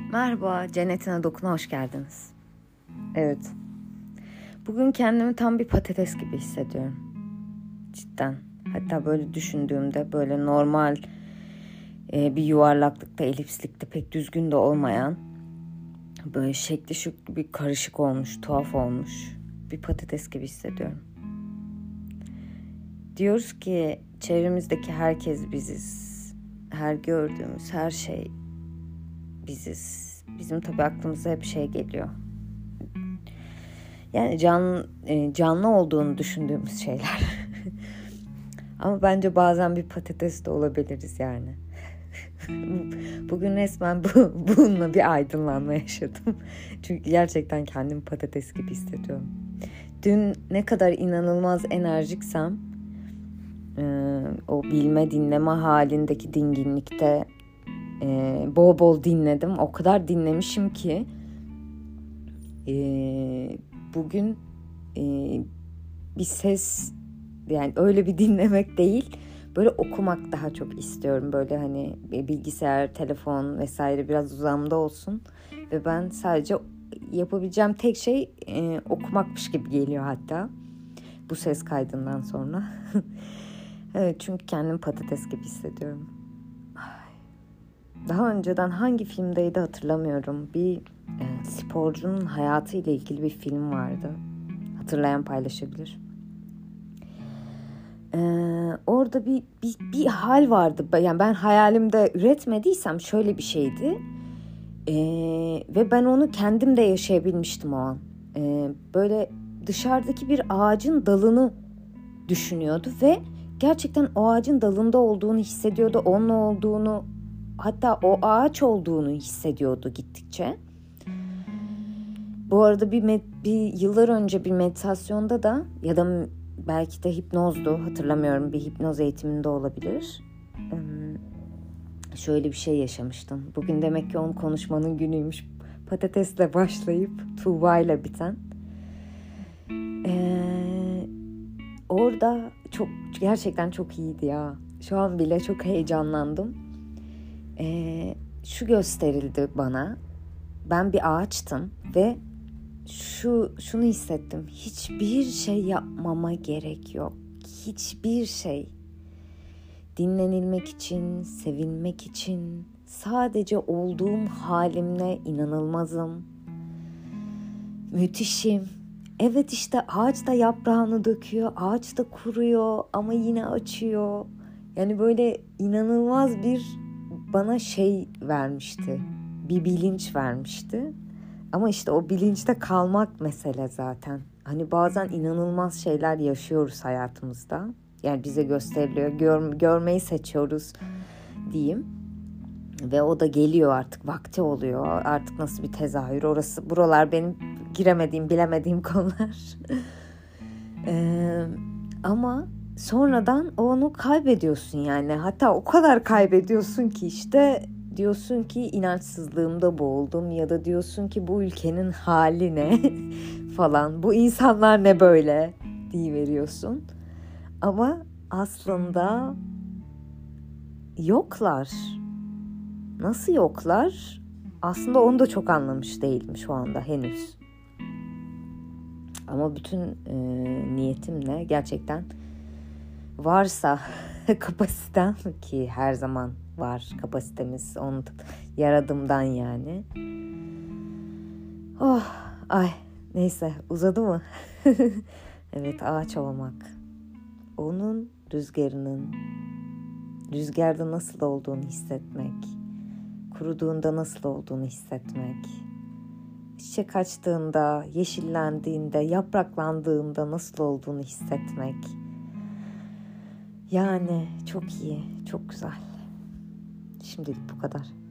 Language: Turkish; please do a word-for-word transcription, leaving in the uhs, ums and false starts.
Merhaba, Cennetine Dokun'a hoş geldiniz. Evet, bugün kendimi tam bir patates gibi hissediyorum. Cidden. Hatta böyle düşündüğümde böyle normal e, bir yuvarlaklıkta, elipslikte pek düzgün de olmayan, böyle şekli şuklu bir karışık olmuş, tuhaf olmuş bir patates gibi hissediyorum. Diyoruz ki çevremizdeki herkes biziz. Her gördüğümüz her şey biziz. Bizim tabii aklımıza hep şey geliyor. Yani can, canlı olduğunu düşündüğümüz şeyler. Ama bence bazen bir patates de olabiliriz yani. Bugün resmen bu, bununla bir aydınlanma yaşadım. Çünkü gerçekten kendimi patates gibi hissediyorum. Dün ne kadar inanılmaz enerjiksem, o bilme dinleme halindeki dinginlikte bol bol dinledim. O kadar dinlemişim ki bugün bir ses, yani öyle bir dinlemek değil, böyle okumak daha çok istiyorum. Böyle hani bilgisayar, telefon vesaire biraz uzağımda olsun ve ben sadece yapabileceğim tek şey e, okumakmış gibi geliyor hatta bu ses kaydından sonra. Evet, çünkü kendimi patates gibi hissediyorum. Daha önceden hangi filmdeydi hatırlamıyorum. Bir e, sporcunun hayatı ile ilgili bir film vardı. Hatırlayan paylaşabilir. Ee, orada bir, bir bir hal vardı. Yani ben hayalimde üretmediysem şöyle bir şeydi. Ee, ve ben onu kendim de yaşayabilmiştim o an. Ee, böyle dışarıdaki bir ağacın dalını düşünüyordu ve gerçekten o ağacın dalında olduğunu hissediyordu. Onun olduğunu, hatta o ağaç olduğunu hissediyordu gittikçe. Bu arada bir, med- bir yıllar önce bir meditasyonda da, ya da belki de hipnozdu, hatırlamıyorum, bir hipnoz eğitiminde olabilir. Ee, şöyle bir şey yaşamıştım. Bugün demek ki onun konuşmanın günüymüş. Patatesle başlayıp Tuğba'yla biten. Ee, orada çok, gerçekten çok iyiydi ya. Şu an bile çok heyecanlandım. Ee, şu gösterildi bana. Ben bir ağaçtım ve şu şunu hissettim. Hiçbir şey yapmama gerek yok. Hiçbir şey. Dinlenilmek için, sevilmek için, sadece olduğum halimle inanılmazım. Müthişim. Evet, işte ağaç da yaprağını döküyor, ağaç da kuruyor ama yine açıyor. Yani böyle inanılmaz bir bana şey vermişti. Bir bilinç vermişti. Ama işte o bilinçte kalmak mesele zaten. Hani bazen inanılmaz şeyler yaşıyoruz hayatımızda. Yani bize gösteriliyor. Gör, görmeyi seçiyoruz diyeyim. Ve o da geliyor artık. Vakti oluyor. Artık nasıl bir tezahür. Orası, buralar benim giremediğim, bilemediğim konular. ee, ama sonradan onu kaybediyorsun yani. Hatta o kadar kaybediyorsun ki işte diyorsun ki inançsızlığımda boğuldum, ya da diyorsun ki bu ülkenin hali ne falan, bu insanlar ne böyle deyiveriyorsun. Ama aslında yoklar. Nasıl yoklar? Aslında onu da çok anlamış değilim şu anda henüz. Ama bütün e, niyetimle gerçekten varsa kapasitem, ki her zaman var kapasitemiz, onu yaradımdan yani. Oh, ay neyse, uzadı mı? Evet, ağaç olmak. Onun rüzgarının, rüzgarda nasıl olduğunu hissetmek, kuruduğunda nasıl olduğunu hissetmek, çiçek açtığında, yeşillendiğinde, yapraklandığında nasıl olduğunu hissetmek. Yani çok iyi, çok güzel. Şimdilik bu kadar.